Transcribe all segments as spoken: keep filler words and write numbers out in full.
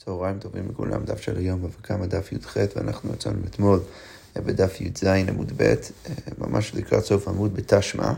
צהריים טובים לכולם, דף של היום בבקמה דף י"ח, ואנחנו יצאנו אתמול בדף י"ז עמוד ב', ממש לקראת סוף עמוד בתשמע.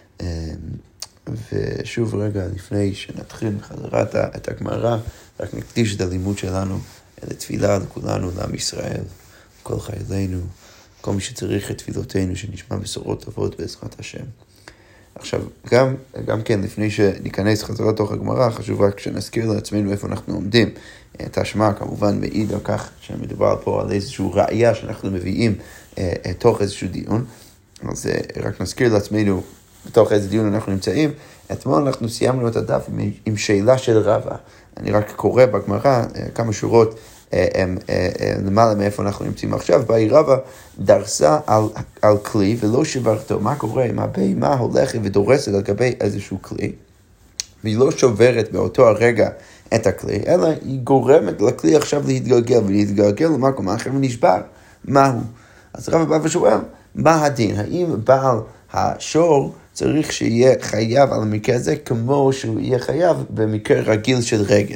ושוב רגע לפני שנתחיל בחזרה את הגמרא, רק נקדיש את הלימוד שלנו לתפילה לכולנו, לעם ישראל, כל חיילינו, כל מי שצריך את תפילותינו, שנשמע בשורות טובות בעזרת השם. עכשיו, גם, גם כן, לפני שניכנס חזרה תוך הגמרא, חשוב רק שנזכיר לעצמנו איפה אנחנו עומדים. תשמע, כמובן, מעיד על כך שמדובר פה על איזשהו ראייה שאנחנו מביאים אה, תוך איזשהו דיון. אז אה, רק נזכיר לעצמנו בתוך איזה דיון אנחנו נמצאים. אתמול אנחנו סיימנו את הדף עם, עם שאלה של רבא. אני רק קורא בגמרא אה, כמה שורות אה, אה, אה, למעלה מאיפה אנחנו נמצאים עכשיו. באי רבא דרסה על, על כלי ולא שברכתו. מה קורה אם הבהמה הולכת ודורסת על גבי איזשהו כלי, והיא לא שוברת באותו הרגע את הכלי, אלא היא גורמת לכלי עכשיו להתגלגל, ולהתגלגל למקום אחר ונשבר. מהו? אז רבא בא ושואל, מה הדין? האם בעל השור צריך שיהיה חייב על המקרה הזה, כמו שהוא יהיה חייב במקרה רגיל של רגל?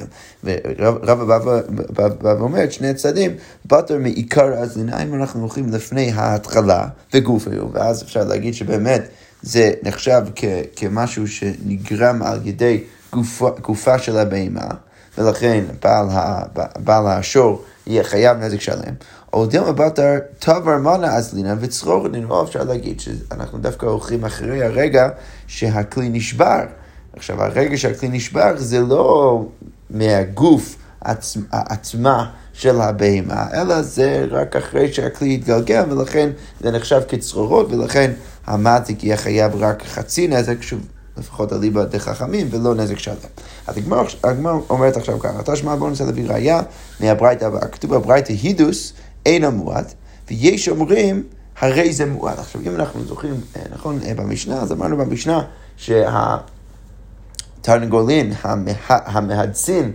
ורבא בא ואומר, שני צדדים, בטר מעיקר הזלינה, אם אנחנו הולכים לפני ההתחלה וגוף היו, ואז אפשר להגיד שבאמת זה נחשב כ- כמשהו שנגרם על ידי גופה, גופה של הבהמה, ולכן בעל, ה, בעל השור יהיה חייב נזק שלם. או דילמה בטר תבר מנה הזלינה וצרור נראה, אפשר להגיד שאנחנו דווקא הולכים אחרי הרגע שהכלי נשבר. עכשיו, הרגע שהכלי נשבר זה לא מהגוף עצמה, עצמה של הבהמה, אלא זה רק אחרי שהכלי יתגלגל, ולכן זה נחשב כצרורות, ולכן המתיק יהיה חייב רק חצי נזק, שוב, לפחות אליבא דחכמים, ולא נזק שלם. אז הגמרא אומרת עכשיו ככה, תשמע, בואו ננסה להביא ראיה מהברייתא הבאה. כתוב בברייתא הידוס אינו מועט, ויש אומרים הרי זה מועט. עכשיו, אם אנחנו זוכרים, נכון, במשנה, אז אמרנו במשנה שהתרנגולין, המהדסין,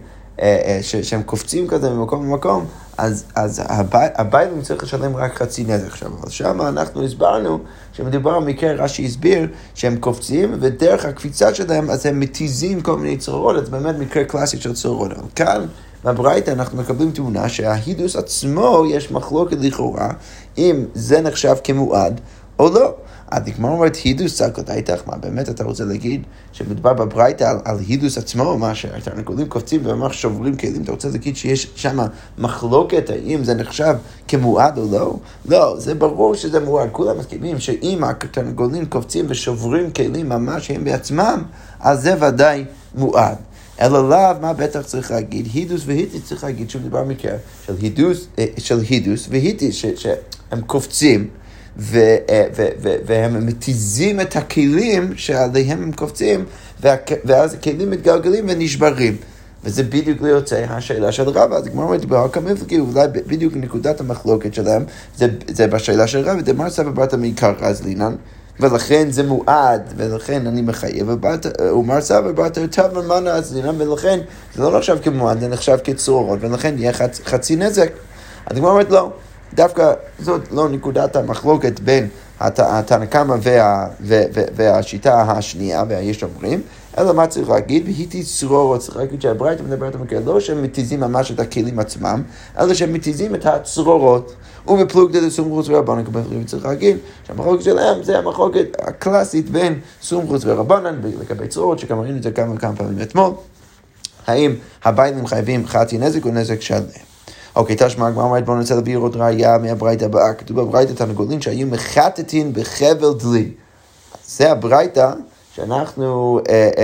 שהם קופצים כזה ממקום למקום, אז, אז הבעלים צריך לשלם רק חצי נזק. עכשיו, אבל שם אנחנו הסברנו שמדובר על מקרה, רש"י הסביר שהם קופצים, ודרך הקפיצה שלהם אז הם מתיזים כל מיני צרורות, אז באמת מקרה קלאסי של צרורות. אבל כאן בברייתא אנחנו מקבלים תמונה שההידוס עצמו יש מחלוקת לכאורה אם זה נחשב כמועד או לא. אז כמו אומרת הידוס צעקות איתך, מה באמת אתה רוצה להגיד שמדובר בברייתא על, על הידוס עצמו, מה שהתרנגולים קופצים וממש שוברים כלים, אתה רוצה להגיד שיש שם מחלוקת האם זה נחשב כמועד או לא? לא, זה ברור שזה מועד, כולם מסכימים שאם התרנגולים קופצים ושוברים כלים ממש הם בעצמם, אז זה ודאי מועד. אלא לאו, מה בטח צריך להגיד? הידוס והיטיס צריך להגיד שהוא מדבר מקרה של הידוס, של הידוס והיטיס, שהם קופצים, ו- ו- ו- והם מתיזים את הכלים שעליהם הם קופצים, ואז הכלים מתגלגלים ונשברים. וזה בדיוק ליוצא השאלה של רבא. זה כמו אומרת, בהקמפלגי, אולי בדיוק נקודת המחלוקת שלהם, זה, זה בשאלה של רבא, דמר סבא ברטה מעיקר הזלינן, ולכן זה מועד, ולכן אני מחייב, ומר סבא ברטה טוב ממנה הזלינן, ולכן זה לא נחשב כמועד, זה נחשב כצרורות, ולכן יהיה חצ, חצי נזק. אז כמו אומרת, לא. דווקא זאת לא נקודת המחלוקת בין התנא קמא וה, וה, וה, והשיטה השנייה, והיש אומרים, אלא מה צריך להגיד? והיתי צרורות, צריך להגיד שהברייתא מדברת המקרה, לא שהם מתיזים ממש את הכלים עצמם, אלא שהם מתיזים את הצרורות, ובפלוגתא דסומכוס ורבנן, צריך להגיד שהמחלוקת שלהם זה המחלוקת הקלאסית בין סומכוס ורבנן, לגבי צרורות, שכמה ראינו את זה כמה כמה פעמים אתמול, האם הבעלים חייבים חצי נזק או נזק שלם. אוקיי, תשמע, הגמרא אומרת, בואו ננסה להביא עוד ראיה מהברייתא הבאה. כתוב בברייתא תרנגולין שהיו מחטטין בחבל דלי. זה הברייתא שאנחנו,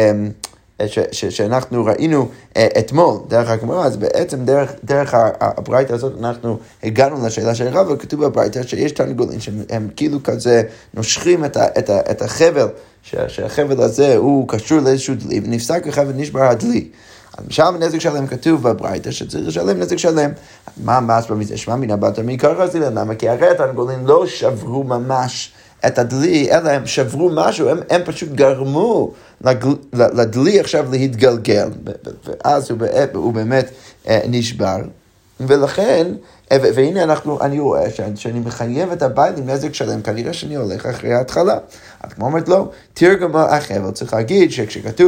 ש, ש, שאנחנו ראינו אתמול, דרך הגמרא. אז בעצם דרך, דרך הברייתא הזאת אנחנו הגענו לשאלה של רבא. כתוב בברייתא שיש תרנגולין שהם כאילו כזה נושכים את, ה, את, ה, את החבל, שהחבל הזה הוא קשור לאיזשהו דלי, ונפסק החבל נשבר הדלי. אז משם נזק שלם כתוב בברייתא שצריך לשלם נזק שלם. מה המסבר מזה? שמע מן הבטר מעיקר הזלינן. למה? כי הרי התרנגולים לא שברו ממש את הדלי, אלא הם שברו משהו, הם, הם פשוט גרמו לגל, לדלי עכשיו להתגלגל, ואז הוא, הוא באמת נשבר. ולכן, והנה אנחנו, אני רואה שאני מחייב את הבעלים נזק שלם, כנראה שאני הולך אחרי ההתחלה. אז כמו אומרת לו, תרגמה החבל, צריך להגיד שכשכתוב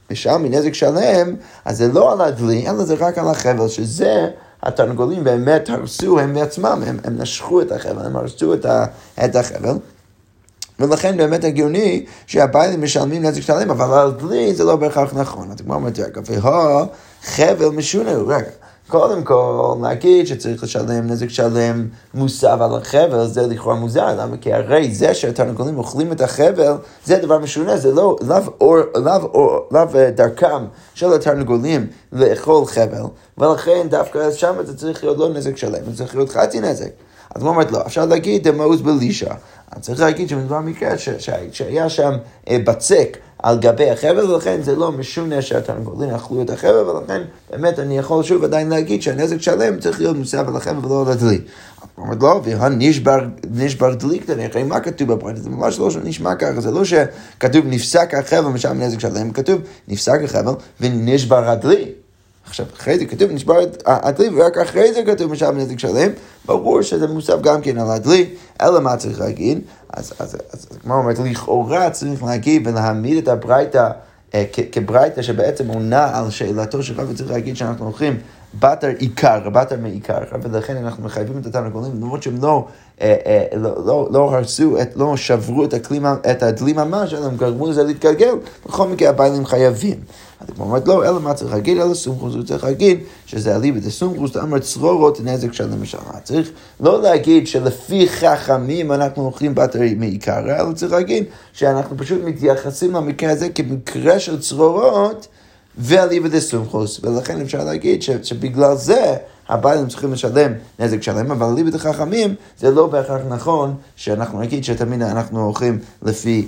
משלמים נזק שלם, אז זה לא על הדלי, אלא זה רק על החבל, שזה התרנגולים באמת הרסו הם בעצמם, הם, הם נשכו את החבל, הם הרסו את, ה, את החבל, ולכן באמת הגיוני שהבעלים משלמים נזק שלם, אבל על דלי זה לא בהכרח נכון. אתה כמו אומרת, רגע, והוא חבל משונה, רגע. קודם כל, להגיד שצריך לשלם נזק שלם מוסב על החבל, זה לכאורה מוזר, למה? כי הרי זה שהתרנגולים אוכלים את החבל, זה דבר משונה, זה לא, לאו אור, לאו אור, לאו דרכם של התרנגולים לאכול חבל, ולכן דווקא שם זה צריך להיות לא נזק שלם, זה צריך להיות חצי נזק. אז מה אומרת לו? אפשר להגיד דמאוס בלישה. אני צריך להגיד שמדבר מקרה שהיה שם בצק על גבי החבל, ולכן זה לא משונה שהתרנגולים אכלו את החבל, ולכן באמת אני יכול שוב עדיין להגיד שהנזק שלם צריך להיות מוסב על החבל ולא על הדלי. אומרת לו, נשבר דלי קטני, אחרי מה כתוב בברייתא? זה ממש לא נשמע ככה, זה לא שכתוב נפסק החבל ומשם נזק שלם, כתוב נפסק החבל ונשבר הדלי. עכשיו, אחרי זה כתוב נשבר הדלי, ורק אחרי זה כתוב משם נזק שלם, ברור שזה מוסב גם כן על הדלי, אלא מה צריך להגיד? אז, אז, אז, כמו אומרת, לכאורה צריך להגיד ולהעמיד את הברייתא אה, כברייתא שבעצם עונה על שאלתו שלך, וצריך להגיד שאנחנו הולכים בתר עיקר, בתר מעיקר, ולכן אנחנו מחייבים את התרנגולים, למרות שהם לא, אה, אה, לא, לא, לא הרסו, את, לא שברו את, הקלימה, את הדלי ממש, אלא הם גרמו לזה להתגלגל, בכל מקרה הבעלים חייבים. אז כמו אומרת, לא, אלא מה צריך להגיד, אלא סומכוס, הוא צריך להגיד שזה אליבא דסומכוס, אתה אומר צרורות נזק שלם משלם. צריך לא להגיד שלפי חכמים אנחנו הולכים בתר מעיקר, אלא צריך להגיד שאנחנו פשוט מתייחסים למקרה הזה כמקרה של צרורות, ואליבא דסומכוס, ולכן אפשר להגיד ש, שבגלל זה הבעלים צריכים לשלם נזק שלם, אבל אליבא דחכמים זה לא בהכרח נכון שאנחנו נגיד שתמיד אנחנו הולכים לפי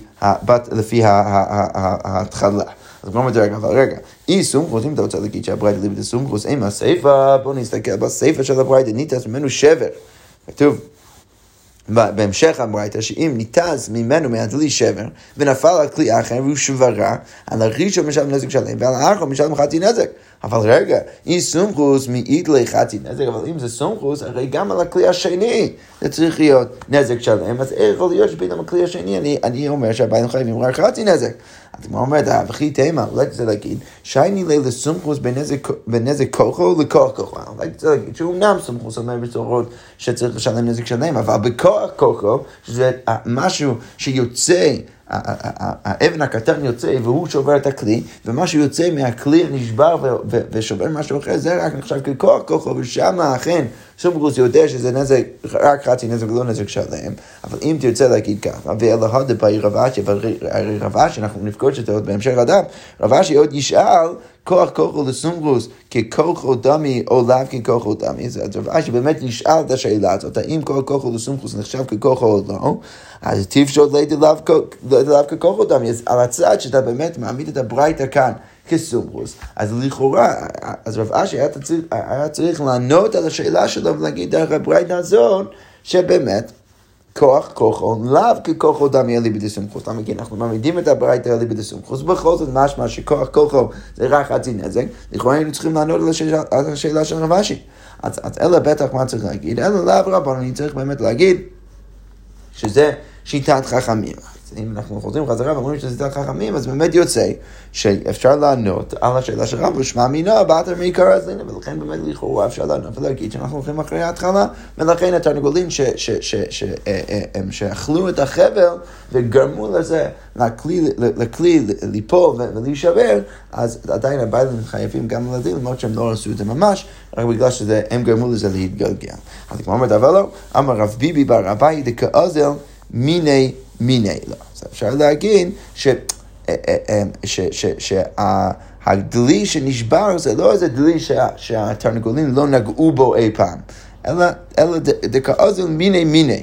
ההתחלה. אז כמו אומרת, רגע, אבל רגע, אי סומכוס, אם אתה רוצה להגיד שהברייתא אליבא דסומכוס, אין מהסייפה, בוא נסתכל בסייפה של הברייתא, ניתז ממנו שבר. כתוב בהמשך הברייתא, שאם ניתז ממנו מהדלי שבר, ונפל על כלי אחר והוא שברה, על הראשון משלם נזק שלם, ועל האחרון משלם חצי נזק. אבל רגע, אי סומכוס מעיד לחצי נזק, אבל אם זה סומכוס, הרי גם על הכלי השני זה צריך להיות נזק שלם, אז איך יכול להיות שבין הכלי השני, אני, אני אומר שהבעלים חייבים רק חצי נזק. אז מה אומרת, וכי תימה, אולי זה להגיד, שייני לי לסומכוס בנזק כוחו לכוח כוחו. אולי זה להגיד, שאומנם סומכוס אומר בצורות שצריך לשלם נזק שלם, אבל בכוח כוחו, שזה משהו שיוצא, האבן הקטן יוצא והוא שובר את הכלי, ומה שיוצא מהכלי נשבר ושובר משהו אחר, זה רק נחשב ככוח כוחו, ושם אכן סומכוס יודע שזה נזק, רק חצי נזק ולא נזק שלם, אבל אם תרצה להגיד ככה, ואלה הדפאי רבשי, הרי רבשי, אנחנו נפגוש את זה עוד בהמשך הדף, רבשי עוד ישאל, כוח כוחו לסומכוס ככוחו דמי או לאו ככוחו דמי. אז רבשי באמת נשאל את השאלה הזאת, האם כוח כוחו לסומכוס נחשב ככוחו או לא, אז תפשוט לידי לאו ככוחו דמי, אז על הצד שאתה באמת מעמיד את הברייתא כאן, כסומכוס, אז לכאורה, אז רב אשי היה צריך, היה צריך לענות על השאלה שלו ולהגיד דרך הברייתא הזאת, שבאמת כוח כוחו, לאו ככוחו דמי אליבא דסומכוס. למה כי אנחנו מעמידים את הברייתא אליבא דסומכוס, בכל זאת משמע שכוח כוחו זה רק חצי נזק, לכאורה היינו צריכים לענות על השאלה, על השאלה של רב אשי. אז, אז אלא בטח מה צריך להגיד, אלא לאו רבנו, אני צריך באמת להגיד שזה שיטת חכמים. אם אנחנו חוזרים חזרה ואומרים שזה שיטת חכמים, אז באמת יוצא שאפשר לענות על השאלה של רב ושמע מינה, בתר מעיקר הדלי, ולכן באמת לכאורה אפשר לענות ולהגיד שאנחנו הולכים אחרי ההתחלה, ולכן התרנגולים שאכלו את החבל וגרמו לזה לכלי ליפול ולהישבר, אז עדיין הבעלים חייבים גם לדין, למרות שהם לא עשו את זה ממש, רק בגלל שהם גרמו לזה להתגלגל. אז כמו אומרת, אבל לא, אמר רב ביבי בר אביי דקאזל מיני מיני לא. אז אפשר להגיד ש... שהדלי שנשבר זה לא איזה דלי שהתרנגולים לא נגעו בו אי פעם, אלא דקאזל מיני מיני,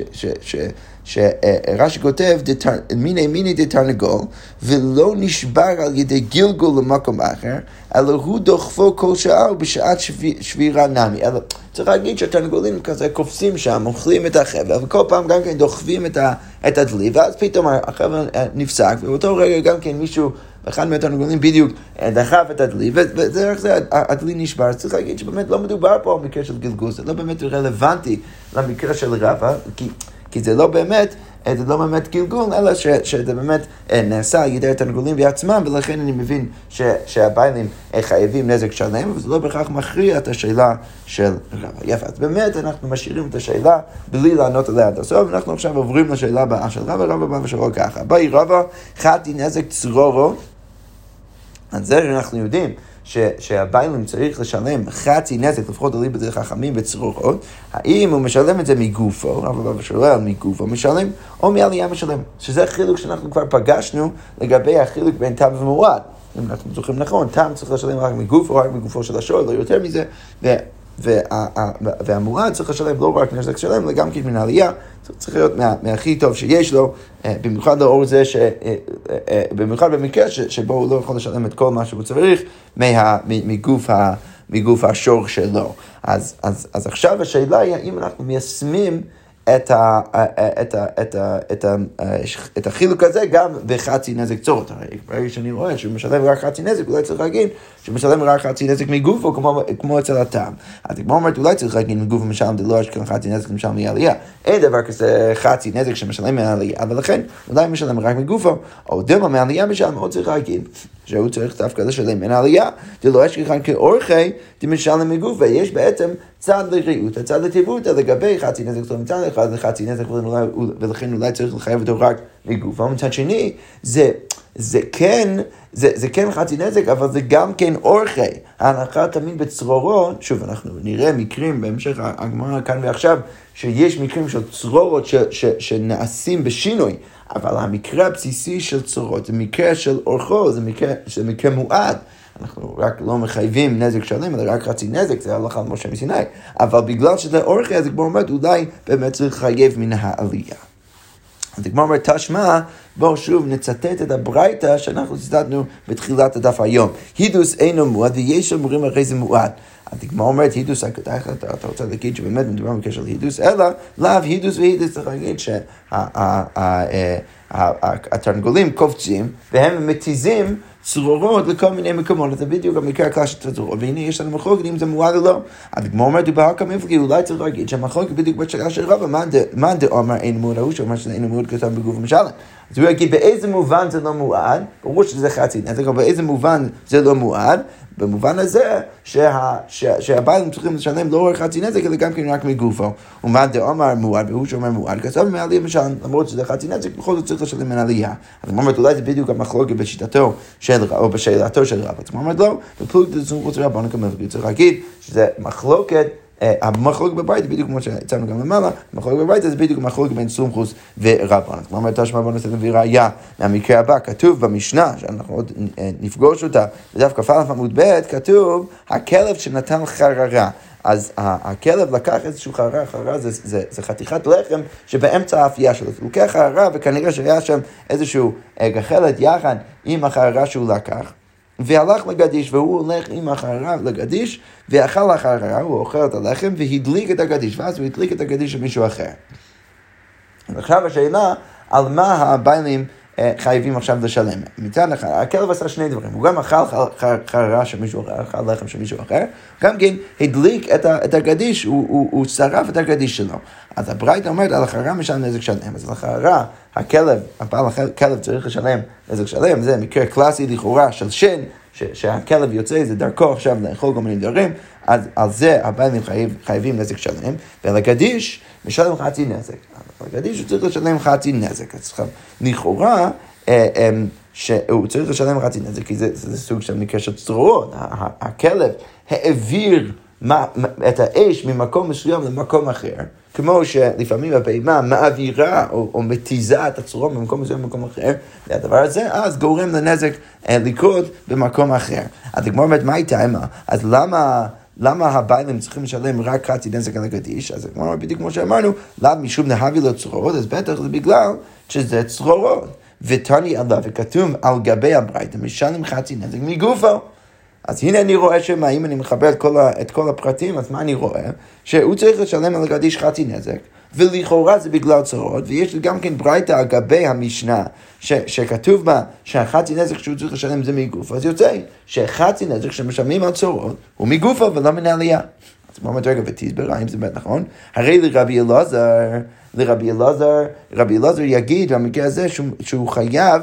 שרש"י כותב מיני מיני דתרנגול, ולא נשבר על ידי גלגול למקום אחר, אלא הוא דוחפו כל שעה ובשעת שבירה נמי. אלא צריך להגיד שהתרנגולים כזה קופסים שם, אוכלים את החבל, וכל פעם גם כן דוחפים את הדלי, ואז פתאום החבל נפסק, ובאותו רגע גם כן מישהו, אחד מהתרנגולים בדיוק דחף את הדלי, ודרך זה הדלי נשבר. צריך להגיד שבאמת לא מדובר פה על מקרה של גלגול, זה לא באמת רלוונטי למקרה של רבא, כי כי זה לא באמת זה לא באמת גלגול, אלא ש, שזה באמת נעשה על ידי התרגולים בעצמם, ולכן אני מבין ש, שהבעלים חייבים נזק שלם, וזה לא בכך מכריע את השאלה של רבא. יפה, אז באמת אנחנו משאירים את השאלה בלי לענות עליה עד הסוף, ואנחנו עכשיו עוברים לשאלה הבאה של רבא, רבא בא ושאלה ככה, באי רבא, חטי נזק צרורו, אז זה אנחנו יודעים, ש, שהבעלים צריך לשלם חצי נזק, לפחות עלי בדרך חכמים בצרורות, האם הוא משלם את זה מגופו, רבא בא ושואל מגופו משלם, או מעלייה משלם, שזה חילוק שאנחנו כבר פגשנו לגבי החילוק בין תם ומועד. אם אנחנו זוכרים נכון, תם צריך לשלם רק מגופו, רק מגופו של השואל, לא יותר מזה, ו... וה, והמועד צריך לשלם לא רק נזק שלם, אלא גם כן מן העלייה, צריך להיות מה, מהכי טוב שיש לו, במיוחד לאור זה, ש, במיוחד במקרה שבו הוא לא יכול לשלם את כל מה שהוא צריך מה, מגוף, ה, מגוף השור שלו. אז, אז, אז עכשיו השאלה היא, האם אנחנו מיישמים את, ה, את, ה, את, ה, את, ה, את החילוק הזה גם בחצי נזק צורות. ברגע שאני רואה שהוא משלם רק חצי נזק, אולי צריך להגיד שהוא משלם רק חצי נזק מגופו, כמו, כמו אצל הטעם. אז כמו אומרת, אולי צריך להגיד מגופו משלם, זה לא אשכרה חצי נזק משלם מעלייה. אין דבר כזה חצי נזק שמשלם מעלייה, אבל לכן אולי משלם רק מגופו, או דמה מעלייה משלם, עוד צריך להגיד שהוא צריך דווקא לשלם מעלייה, זה לא אשכרה כאורחי, זה משלם מגופו. יש בעצם צד לראות, הצד לטיבות, לגבי חצי נזק צורת מצד אחד, לחצי נזק, ולכן אולי צריך לחייב אותו רק מגופו. מצד שני, זה, זה כן, זה, זה כן חצי נזק, אבל זה גם כן אורחי. ההנחה תמיד בצרורות, שוב, אנחנו נראה מקרים בהמשך הגמרא כאן ועכשיו, שיש מקרים של צרורות ש, ש, שנעשים בשינוי, אבל המקרה הבסיסי של צרורות, זה מקרה של אורחו, זה מקרה, זה מקרה מועד. אנחנו רק לא מחייבים נזק שלם, אלא רק חצי נזק, זה הלכה על משה מסיני. אבל בגלל שזה אורחי, אז כמו אומרת, אולי באמת צריך לחייב מן העלייה. אז כמו אומרת, תשמע, בואו שוב נצטט את הברייתא שאנחנו ציטטנו בתחילת הדף היום. הידוס אינו מועד, ויש אומרים הרי זה מועד. אז כמו אומרת, הידוס, אתה רוצה להגיד שבאמת מדובר בקשר להידוס, אלא לאו הידוס והידוס, צריך להגיד שהתרנגולים קופצים, והם מתיזים צרורות לכל מיני מקומות, זה בדיוק המקרה הכלל של צרורות, והנה יש לנו מחלוקת אם זה מועד או לא. אז כמו אומרת, הוא בהר כמה מפלגי, אולי צריך להגיד שהמחלוקת בדיוק בשאלה של רבא, מה דאמר אין מועד, הוא שאומר שזה אין מועד כתב בגוף המשלם. אז הוא יגיד באיזה מובן זה לא מועד, ברור שזה חצי נזק, אבל באיזה מובן זה לא מועד, במובן הזה שה, שה, שהבעלים צריכים לשלם לא רק חצי נזק, אלא גם כן רק מגופו. ומה דאמר מועד, והוא שאומר מועד, כתב מעלייה משלם, למרות שזה חצי נזק, בכל זאת צריך לשלם מעלייה. אז הוא אומר, אולי זה בדיוק המחלוקת בשיטתו של או בשאלתו של רבא. הוא אומר, לא, בפלוגתא דסמכות רבנן כמפלגי, צריך להגיד שזה מחלוקת, המחלוקת בבית, בדיוק כמו שהצענו גם למעלה, המחלוקת בבית זה בדיוק מחלוקת בין סומכוס ורבנן. כמו אומרת, תשמע בוא נעשה נביא ראיה מהמקרה הבא, כתוב במשנה, שאנחנו עוד נפגוש אותה, בדף כ"א עמוד ב', כתוב, הכלב שנתן חררה. אז הכלב לקח איזשהו חררה, חררה זה, זה, זה חתיכת לחם שבאמצע האפייה שלו. הוא לוקח חררה וכנראה שהיה שם איזשהו גחלת יחד עם החררה שהוא לקח. והלך לגדיש, והוא הולך עם החררה לגדיש, ואכל החררה, הוא אוכל את הלחם, והדליק את הגדיש, ואז הוא הדליק את הגדיש של מישהו אחר. עכשיו השאלה, על מה הבעלים חייבים עכשיו לשלם. מצד אחד, הכלב עשה שני דברים, הוא גם אכל חררה של מישהו אחר, אכל לחם של מישהו אחר, גם כן הדליק את הגדיש, הוא, הוא, הוא שרף את הגדיש שלו. אז הברייתא אומרת, על החררה משלם נזק שלם, אז על החררה, הכלב, הבעל הכלב צריך לשלם נזק שלם, זה מקרה קלאסי לכאורה של שן, ש- שהכלב יוצא, זה דרכו עכשיו לאכול כל מיני דברים, אז על זה הבעלים חייב, חייבים נזק שלם, ועל הגדיש משלם חצי נזק. על הגדיש הוא צריך לשלם חצי נזק, אז לכאורה, שהוא צריך לשלם חצי נזק, כי זה, זה סוג של מקרה של צרורות, הכלב העביר את האש ממקום מסוים למקום אחר, כמו שלפעמים הבהמה מעבירה או, או מתיזה את הצורה ממקום מסוים למקום אחר, והדבר הזה אז גורם לנזק לקרות במקום אחר. אז כמו אומרת, מה הייתה אימה? אז למה... למה הבעלים צריכים לשלם רק חצי נזק על הגדיש? אז כמו בדיוק כמו שאמרנו, למה משום נהבי לו צרורות? אז בטח זה בגלל שזה צרורות. ותני עליו וכתוב על גבי הברייתא, משלם חצי נזק מגופו. אז הנה אני רואה שמה, אם אני מחבר את כל, ה, את כל הפרטים, אז מה אני רואה? שהוא צריך לשלם על הגדיש חצי נזק, ולכאורה זה בגלל צרות, ויש גם כן ברייתא על גבי המשנה, ש, שכתוב בה שהחצי נזק שהוא צריך לשלם זה מגופו, אז יוצא שחצי נזק שמשלמים על צרות, הוא מגופו ולא מן העלייה. אז מה אומרת רגע ותסבר, האם זה באמת נכון? הרי לרבי אלעזר, לרבי אלעזר, רבי אלעזר יגיד במקרה הזה שהוא, שהוא חייב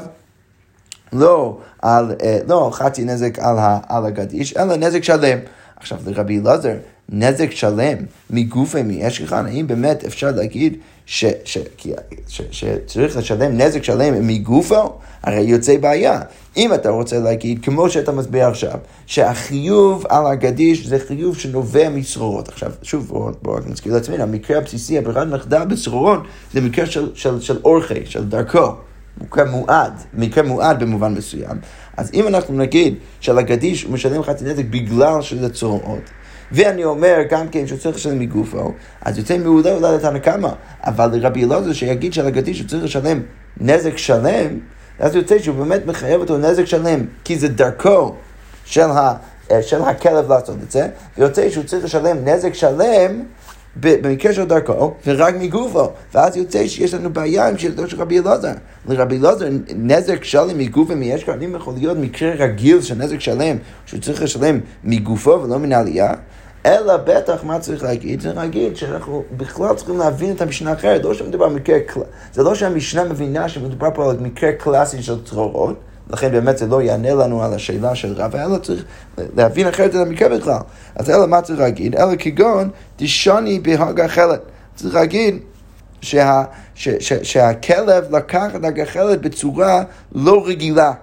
לא על, לא חצי נזק על, ה, על הגדיש, אלא נזק שלם. עכשיו לרבי אלעזר, נזק שלם מגופי מאש כחן, האם באמת אפשר להגיד ש, ש, ש, ש, שצריך לשלם נזק שלם מגופו? הרי יוצא בעיה. אם אתה רוצה להגיד, כמו שאתה מסביר עכשיו, שהחיוב על הגדיש זה חיוב שנובע מצרורות. עכשיו, שוב, בואו בוא, רק נזכיר לעצמנו, המקרה הבסיסי, הברירת מחדל בצרורות, זה מקרה של, של, של אורחי, של דרכו. מקרה מועד, מקרה מועד במובן מסוים. אז אם אנחנו נגיד שעל הגדיש הוא משלם חצי נזק בגלל שזה צרורות, ואני אומר גם כן שהוא צריך לשלם מגופו, אז יוצא מעולה אולי לתנא קמא, אבל לרבי אלעזר שיגיד שעל הגדיש הוא צריך לשלם נזק שלם, אז יוצא שהוא באמת מחייב אותו נזק שלם, כי זה דרכו של, ה, של הכלב לעשות את זה, ויוצא שהוא צריך לשלם נזק שלם במקרה של דרכו, ורק מגופו. ואז יוצא שיש לנו בעיה עם שאלתו של רבי אלעזר. לרבי אלעזר, נזק שלם מגופו מיש כאן, אם יכול להיות מקרה רגיל של נזק שלם, שהוא צריך לשלם מגופו ולא מן העלייה, אלא בטח מה צריך להגיד? צריך להגיד שאנחנו בכלל צריכים להבין את המשנה אחרת, לא שמדובר על מקרה, זה לא שהמשנה מבינה שמדובר פה על מקרה קלאסי של צרורות, לכן באמת זה לא יענה לנו על השאלה של רב, אלא צריך להבין אחרת את המקרה בכלל. אז אלא מה צריך להגיד? אלא כגון דשני בהג החלת. צריך להגיד שה, ש, ש, שהכלב לקח את הגחלת בצורה לא רגילה.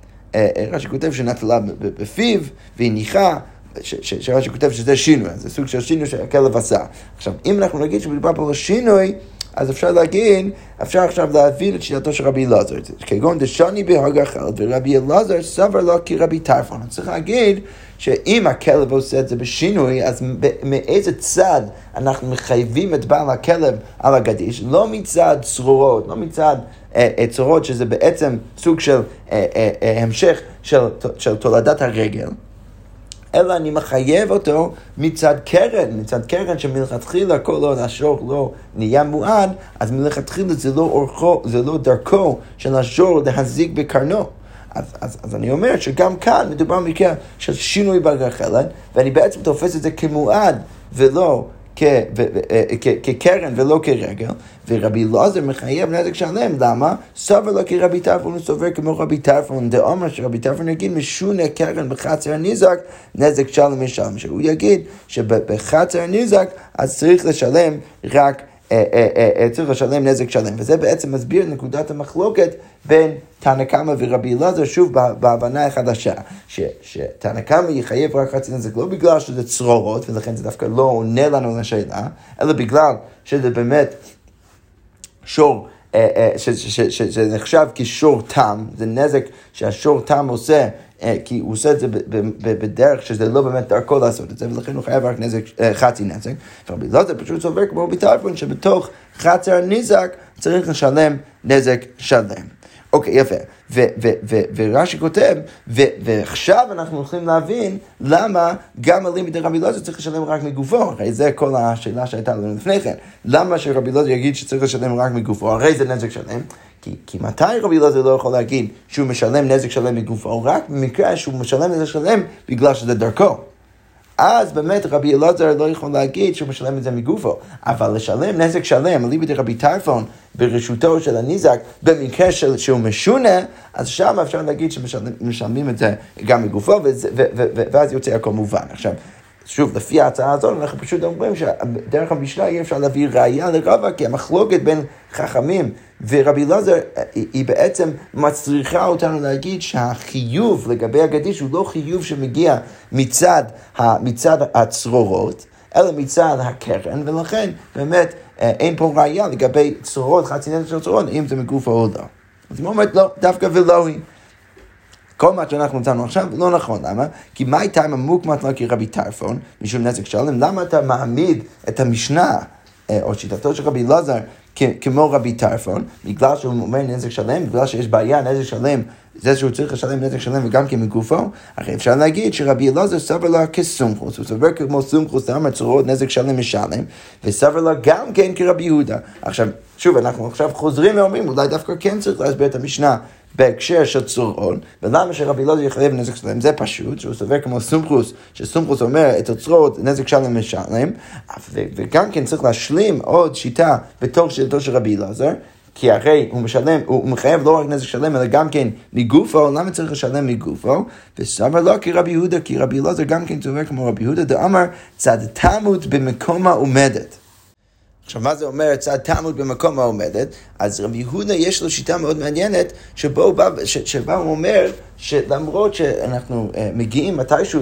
רש"י כותב שנטלה בפיו והניחה, שרש"י כותב שזה שינוי, זה סוג של שינוי שהכלב עשה. עכשיו, אם אנחנו נגיד שמדובר פה לשינוי, אז אפשר להגיד, אפשר עכשיו להבין את שיטתו של רבי אלעזר. כגון דשני בהג החלת, ורבי אלעזר סבר לו כרבי טרפון. צריך להגיד שאם הכלב עושה את זה בשינוי, אז מאיזה צד אנחנו מחייבים את בעל הכלב על הגדיש? לא מצד צרורות, לא מצד אה, צרורות, שזה בעצם סוג של אה, אה, אה, המשך של, של תולדת הרגל, אלא אני מחייב אותו מצד קרן, מצד קרן שמלכתחילה כל עוד השור לא נהיה מועד, אז מלכתחילה זה לא אורכו, זה לא דרכו של השור להזיק בקרנו. אז, אז, אז אני אומר שגם כאן מדובר מקרה של שינוי בגחלת, ואני בעצם תופס את זה כמועד ולא כקרן ולא כרגל, ורבי אלעזר מחייב נזק שלם. למה? סובר לו כרבי טרפון, הוא סובר כמו רבי טרפון, דאמר שרבי טרפון יגיד משונה קרן בחצר הנזק, נזק שלם משלם. שהוא יגיד שבחצר הנזק אז צריך לשלם רק צריך לשלם נזק שלם. וזה בעצם מסביר נקודת המחלוקת בין תנא קמא ורבי אלעזר, שוב בהבנה החדשה, שתנא קמא יחייב רק חצי נזק לא בגלל שזה צרורות, ולכן זה דווקא לא עונה לנו לשאלה, אלא בגלל שזה באמת שור, שזה נחשב כשור תם, זה נזק שהשור תם עושה, כי הוא עושה את זה בדרך שזה לא באמת דרכו לעשות את זה, ולכן הוא חייב רק נזק, חצי נזק. רבי אלעזר פשוט סובר כמו רבי טרפון, שבתוך חצר הנזק צריך לשלם נזק שלם. אוקיי, יפה. ורש"י כותב, ועכשיו אנחנו הולכים להבין למה גם על לימוד רבי אלעזר צריך לשלם רק מגופו. הרי זה כל השאלה שהייתה לנו לפני כן. למה שרבי אלעזר יגיד שצריך לשלם רק מגופו? הרי זה נזק שלם. כי, כי מתי רבי אלעזר לא יכול להגיד שהוא משלם נזק שלם מגופו? רק במקרה שהוא משלם נזק שלם בגלל שזה דרכו. אז באמת רבי אלעזר לא יכול להגיד שהוא משלם את זה מגופו, אבל לשלם נזק שלם, אליבא דרבי טרפון, ברשותו של הנזק, במקרה של, שהוא משונה, אז שם אפשר להגיד שמשלמים את זה גם מגופו, וזה, ו, ו, ו, ואז יוצא הכל מובן. עכשיו, שוב, לפי ההצעה הזאת, אנחנו פשוט אומרים שדרך המשנה יהיה אפשר להביא ראייה לרבא, כי המחלוקת בין חכמים ורבי אלעזר היא בעצם מצריכה אותנו להגיד שהחיוב לגבי הגדיש הוא לא חיוב שמגיע מצד, מצד הצרורות, אלא מצד הקרן, ולכן באמת אין פה ראייה לגבי צרורות, חצי נזק של צרורות, אם זה מגוף או לא. אז הוא אומר, לא, דווקא ולא היא. כל מה שאנחנו נתנו עכשיו לא נכון. למה? כי מה הייתה המוקמת לה כרבי טרפון, משום נזק שלם? למה אתה מעמיד את המשנה, או שיטתו של רבי אלעזר, כמו רבי טרפון, בגלל שהוא אומר נזק שלם, בגלל שיש בעיה נזק שלם, זה שהוא צריך לשלם נזק שלם וגם כמגופו? הרי אפשר להגיד שרבי אלעזר סבר לה כסומכוס, הוא סבר כמו סומכוס, למה צרורות נזק שלם משלם, וסבר לה גם כן כרבי יהודה. עכשיו, שוב, אנחנו עכשיו חוזרים ואומרים, אולי דווקא כן צריך להסביר את המשנה בהקשר של צרור, ולמה שרבי אלעזר יחייב נזק שלם? זה פשוט, שהוא סובר כמו סומכוס, שסומכוס אומר את הצרורות נזק שלם משלם, וגם כן צריך להשלים עוד שיטה בתור שיטתו של רבי אלעזר, כי הרי הוא משלם, הוא מחייב לא רק נזק שלם, אלא גם כן מגופו. למה צריך לשלם מגופו? וסבר לא כרבי יהודה, כי רבי אלעזר גם כן סובר כמו רבי יהודה, דאמר צד תמות במקום העומדת. עכשיו, מה זה אומר צד תמות במקום העומדת? אז רבי יהודה יש לו שיטה מאוד מעניינת, שבו הוא בא, שבה הוא אומר, שלמרות שאנחנו uh, מגיעים מתישהו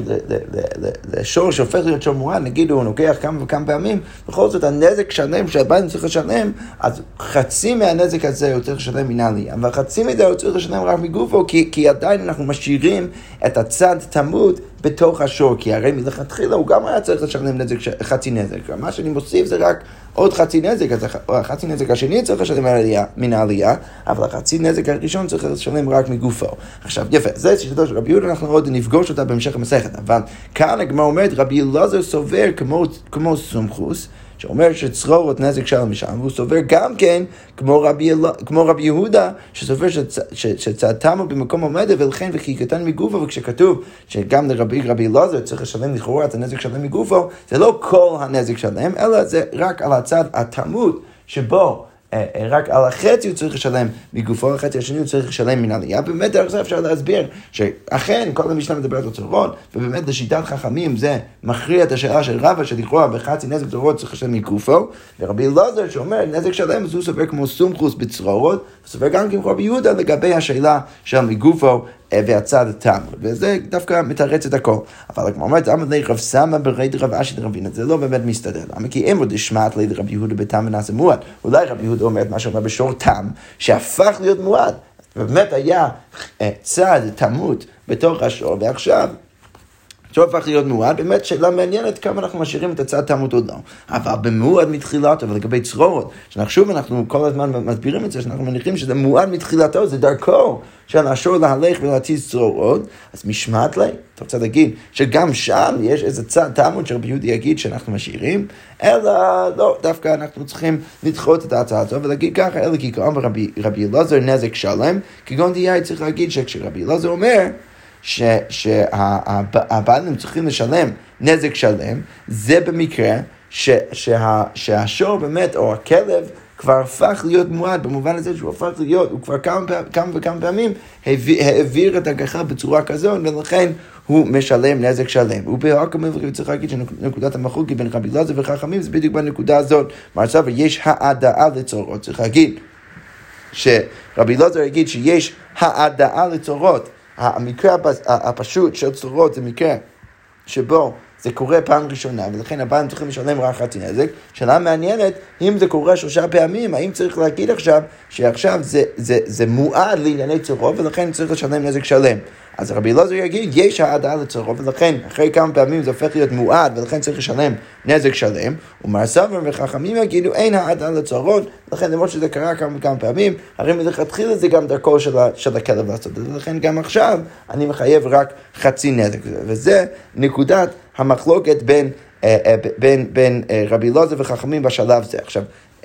לשור שהופך להיות שור מועד, נגיד הוא נוגח כמה וכמה פעמים, בכל זאת הנזק שלם שהבן צריך לשלם, אז חצי מהנזק הזה הוא צריך לשלם מנהלי, אבל חצי מזה הוא צריך לשלם רק מגופו, כי, כי עדיין אנחנו משאירים את הצד תמות בתוך השור, כי הרי מלכתחילה הוא גם היה צריך לשלם נזק, חצי נזק. מה שאני מוסיף זה רק עוד חצי נזק, אז החצי נזק השני צריך לשלם מן העלייה, אבל החצי נזק הראשון צריך לשלם רק מגופו. עכשיו, יפה, זה שיטתו של רבי יהודה, אנחנו עוד נפגוש אותה בהמשך המסכת, אבל כאן הגמרא אומרת, רבי אלעזר סובר כמו, כמו סומכוס, שאומר שצרורות נזק שלם משלם, והוא סובר גם כן כמו רבי, כמו רבי יהודה, שסובר שצד תמות במקום עומדת, ולכן וכי קטן מגופו, וכשכתוב שגם לרבי רבי אלעזר צריך לשלם לכאורה את הנזק שלם מגופו, זה לא כל הנזק שלם, אלא זה רק על הצד התמות שבו רק על החצי הוא צריך לשלם מגופו, על החצי השני הוא צריך לשלם מן העלייה. באמת דרך זה אפשר להסביר שאכן כל המשנה מדברת על צרורות, ובאמת לשיטת חכמים זה מכריע את השאלה של רבא, שלכאורה בחצי נזק צרורות צריך לשלם מגופו, ורבי אלעזר שאומר נזק שלם, אז הוא סובר כמו סומכוס בצרורות, וסובר גם כמו רבי יהודה לגבי השאלה של מגופו והצד תמות, וזה דווקא מתרץ את הכל. אבל כמו אומרת, למה לי רב סמא ברד רב אשי דרבינה, זה לא באמת מסתדר. למה? כי אם עוד השמעת לי לרבי יהודה בתם ונעשה מועד, אולי רבי יהודה אומר את מה שאומר בשור תם, שהפך להיות מועד, ובאמת היה צד תמות בתוך השור, ועכשיו שור הפך להיות מועד, באמת שאלה מעניינת כמה אנחנו משאירים את הצד תמות עוד לא. אבל במועד מתחילתו, ולגבי צרורות, שנחשוב, אנחנו כל הזמן מסבירים את זה, שאנחנו מניחים שזה מועד מתחילתו, זה דרכו של השור להלך ולהטיס צרורות, אז משמעת לי, אתה רוצה להגיד שגם שם יש איזה צד תמות שרבי יהודה יגיד שאנחנו משאירים, אלא לא, דווקא אנחנו צריכים לדחות את ההצעה הזו ולהגיד ככה, אלא כי כאמר רבי, רבי אלעזר נזק שלם, כגון דהיה צריך להגיד שכשרבי אלעזר אומר, שהבעלים צריכים לשלם נזק שלם, זה במקרה שהשור באמת, או הכלב, כבר הפך להיות מועד, במובן הזה שהוא הפך להיות, הוא כבר כמה, כמה וכמה פעמים העביר את הגחה בצורה כזו, ולכן הוא משלם נזק שלם. ובהקום צריך להגיד שנקודת המחלוקת בין רבי אלעזר וחכמים, זה בדיוק בנקודה הזאת. מעצב, יש העדאה לצרורות. צריך להגיד שרבי אלעזר יגיד שיש העדאה לצרורות. המקרה הפשוט של צרורות זה מקרה שבו זה קורה פעם ראשונה, ולכן הבעלים צריכים לשלם רק חצי נזק. שאלה מעניינת, אם זה קורה שלושה פעמים, האם צריך להגיד עכשיו, שעכשיו זה, זה, זה מועד לענייני צרורות, ולכן צריך לשלם נזק שלם. אז רבי אלעזר יגיד, יש העדאה לצרורות, ולכן אחרי כמה פעמים זה הופך להיות מועד, ולכן צריך לשלם נזק שלם. ומר סבר וחכמים יגידו, אין העדאה לצרורות, לכן למרות שזה קרה כמה וכמה פעמים, הרי מלכתחילה זה גם דרכו של, של הכלב לעשות, ולכן גם עכשיו אני מחייב רק חצי נזק. וזה נקודת המחלוקת בין, בין, בין רבי אלעזר וחכמים בשלב זה. עכשיו,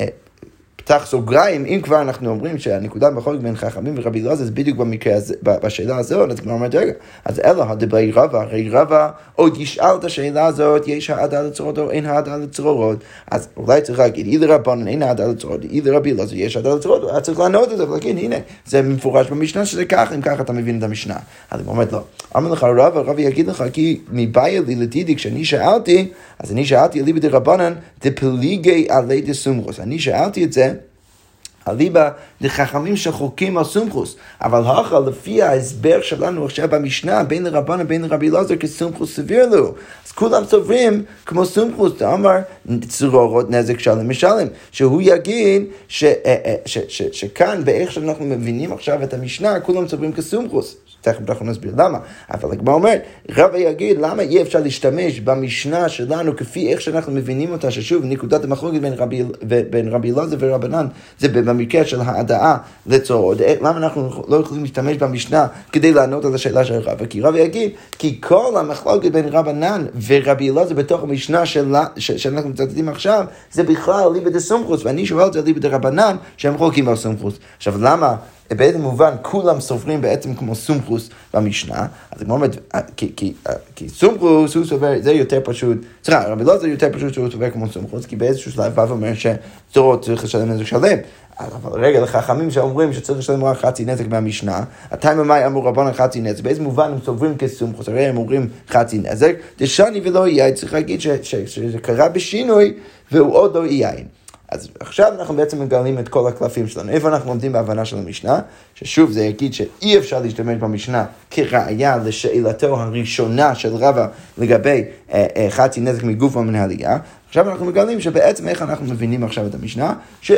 פתח סוגריים, אם כבר אנחנו אומרים שהנקודה המחלוקת בין חכמים ורבי אלעזר זה בדיוק במקרה הזה, בשאלה הזאת, אז כבר אומרת, רגע, אז אלא הדברי רבא, הרי רבא עוד ישאל את השאלה הזאת, יש העדה לצרורות או אין העדה לצרורות, אז אולי צריך להגיד, איזה רבן אין העדה לצרורות, איזה רבי אלעזר יש העדה לצרורות, אז צריך לענות את זה ולהגיד, הנה, זה מפורש במשנה שזה ככה, אם ככה אתה מבין את המשנה. אז הוא אומר, לא, אמר לך רבא, רבא יגיד לך, כי מבעיה לי לדידי, כשאני שאלתי, אז אני שאלתי אליבא דרבנן, דפליגי עלי דסומכוס. אני שאלתי את זה, אליבא דחכמים שחוקים על סומכוס, אבל הכה לפי ההסבר שלנו עכשיו במשנה, בין לרבנן בין לרבי אלעזר כסומכוס סביר לו. אז כולם סוברים כמו סומכוס, אמר צרורות נזק שלם משלם, שהוא יגיד ש, ש, ש, ש, שכאן באיך שאנחנו מבינים עכשיו את המשנה, כולם סוברים כסומכוס. תכף אנחנו נסביר למה, אבל הגמרא אומרת, רבא יגיד למה אי אפשר להשתמש במשנה שלנו כפי איך שאנחנו מבינים אותה, ששוב נקודת המחלוקת בין רבי, בין רבי אלעזר ורבנן, זה במקרה של העדאה לצרורות. למה אנחנו לא יכולים להשתמש במשנה כדי לענות על השאלה של רבא? כי רבא יגיד, כי כל המחלוקת בין רבנן ורבי אלעזר בתוך המשנה שלה, ש, שאנחנו מצטטים עכשיו, זה בכלל אליבא דסומכוס, ואני שואל את זה אליבא דרבנן שהם חולקים על סומכוס. עכשיו למה באיזה מובן כולם סוברים בעצם כמו סומכוס במשנה, אז כמו אומרת, כי, כי, כי סומכוס הוא סובר, זה יותר פשוט, סליחה, רבי אלעזר יותר פשוט שהוא סובר כמו סומכוס, כי באיזשהו שלב בא ואומר שצורות צריך לשלם נזק שלם. אבל רגע, לחכמים שאומרים שצריך לשלם רק חצי נזק מהמשנה, התיים המאי אמרו רבנן חצי נזק, באיזה מובן הם סוברים כסומכוס, הרי הם אומרים חצי נזק, דשני ולא יין, צריך להגיד שזה קרה בשינוי והוא עוד לא יין. אז עכשיו אנחנו בעצם מגלים את כל הקלפים שלנו. איפה אנחנו עומדים בהבנה של המשנה? ששוב זה יגיד שאי אפשר להשתמש במשנה כראיה לשאלתו הראשונה של רבא לגבי אה, אה, חצי נזק מגוף המנהליה. עכשיו אנחנו מגלים שבעצם איך אנחנו מבינים עכשיו את המשנה,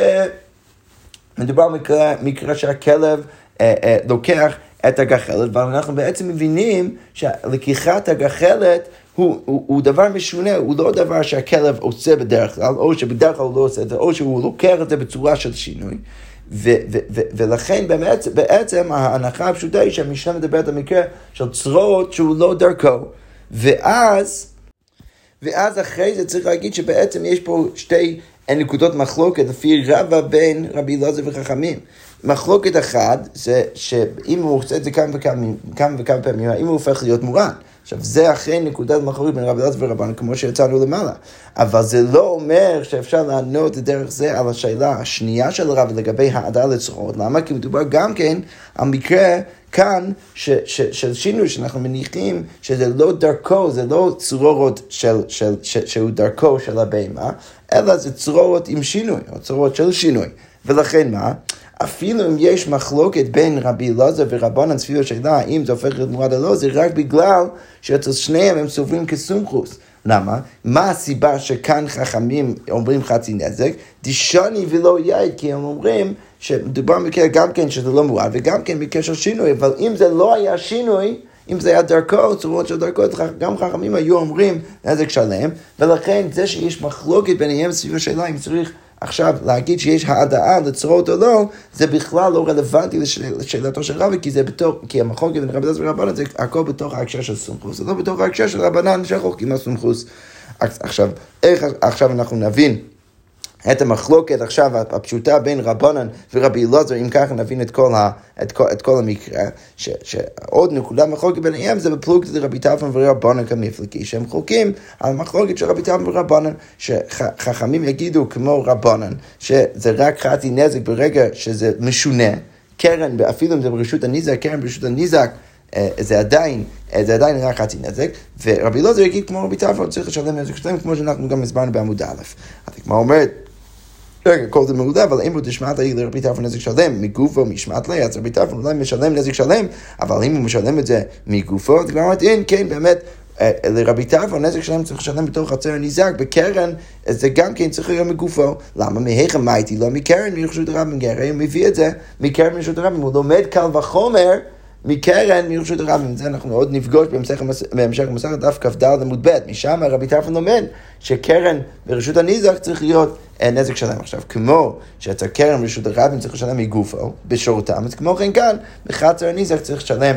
שמדובר מקרה, מקרה שהכלב אה, אה, לוקח את הגחלת, ואנחנו בעצם מבינים שלקיחת הגחלת הוא, הוא, הוא דבר משונה, הוא לא דבר שהכלב עושה בדרך כלל, או שבדרך כלל הוא לא עושה את זה, או שהוא לוקח את זה בצורה של שינוי. ו, ו, ו, ולכן באמת, בעצם ההנחה הפשוטה היא שהמשנה מדברת על מקרה של צרורות שהוא לא דרכו. ואז, ואז אחרי זה צריך להגיד שבעצם יש פה שתי נקודות מחלוקת לפי רבא בין רבי אלעזר וחכמים. מחלוקת אחת זה שאם הוא עושה את זה כמה וכמה, כמה וכמה פעמים, אם הוא הופך להיות מורן. עכשיו, זה אחרי נקודת מחלוקת בין רבי אלעזר ורבנן, כמו שיצאנו למעלה. אבל זה לא אומר שאפשר לענות דרך זה על השאלה השנייה של רבי לגבי העדה לצרורות. למה? כי מדובר גם כן על מקרה כאן ש, ש, של שינוי שאנחנו מניחים שזה לא דרכו, זה לא צרורות של, של, ש, שהוא דרכו של הבהמה, אלא זה צרורות עם שינוי, או צרורות של שינוי. ולכן מה? אפילו אם יש מחלוקת בין רבי אלעזר ורבנן סביב השאלה האם זה הופך להיות מורד או לא, זה רק בגלל שאצל שניהם הם סוברים כסומכוס. למה? מה הסיבה שכאן חכמים אומרים חצי נזק? דשני ולא יעד, כי הם אומרים שמדובר מקרה גם כן שזה לא מורד וגם כן מקרה של שינוי, אבל אם זה לא היה שינוי, אם זה היה דרכו, צורות של דרכו, גם חכמים היו אומרים נזק שלם, ולכן זה שיש מחלוקת ביניהם סביב השאלה אם צריך עכשיו, להגיד שיש העדאה לצרורות או לא, זה בכלל לא רלוונטי לשאלתו של רבי, כי זה בתוך, כי המחלוקת בין רבי אלעזר ורבנן זה הכל בתוך ההקשר של סומכוס, זה לא בתוך ההקשר של רבנן שחולקים על סומכוס. עכשיו, איך עכשיו אנחנו נבין את המחלוקת עכשיו הפשוטה בין רבנן ורבי אלעזר, אם ככה נבין את כל, ה, את כל, את כל המקרה, ש, שעוד נקודה מחלוקת ביניהם זה בפלוגתא דרבי טרפון ורבנן כמפלגי, שהם חולקים על מחלוקת של רבי טרפון ורבנן, שחכמים יגידו כמו רבנן, שזה רק חצי נזק ברגע שזה משונה, קרן, אפילו אם זה ברשות הניזק, קרן ברשות הניזק, זה עדיין, זה עדיין רק חצי נזק, ורבי אלעזר יגיד כמו רבי טרפון, צריך לשלם נזק שלם, כמו שאנחנו גם הסברנו בעמוד א'. אז כמו אומרת, רגע, כל זה מודע, אבל אם הוא תשמעת לי לרבי טרפון נזק שלם, מגופו משמעת לי, אז רבי טרפון אולי משלם נזק שלם, אבל אם הוא משלם את זה מגופו, אז כבר אמרתי, אין, כן, באמת, לרבי טרפון נזק שלם צריך לשלם בתוך חצר הניזק, בקרן, זה גם כן צריך להיות מגופו. למה? מהיכן מה הייתי? לא מקרן מרשות הרבים, הרי הוא מביא את זה מקרן מרשות הרבים, הוא לומד קל וחומר, מקרן מרשות הרבים, זה אנחנו עוד נפגוש בהמשך המסכת דף כ"ד עמוד ב', משם רבי טרפון לומד שקרן ברשות הניזק צריך להיות נזק שלם. עכשיו, כמו שאתה קרן ברשות הרבים צריך לשלם מגופו בשורתם, אז כמו כן כאן, בחצר הניזק צריך לשלם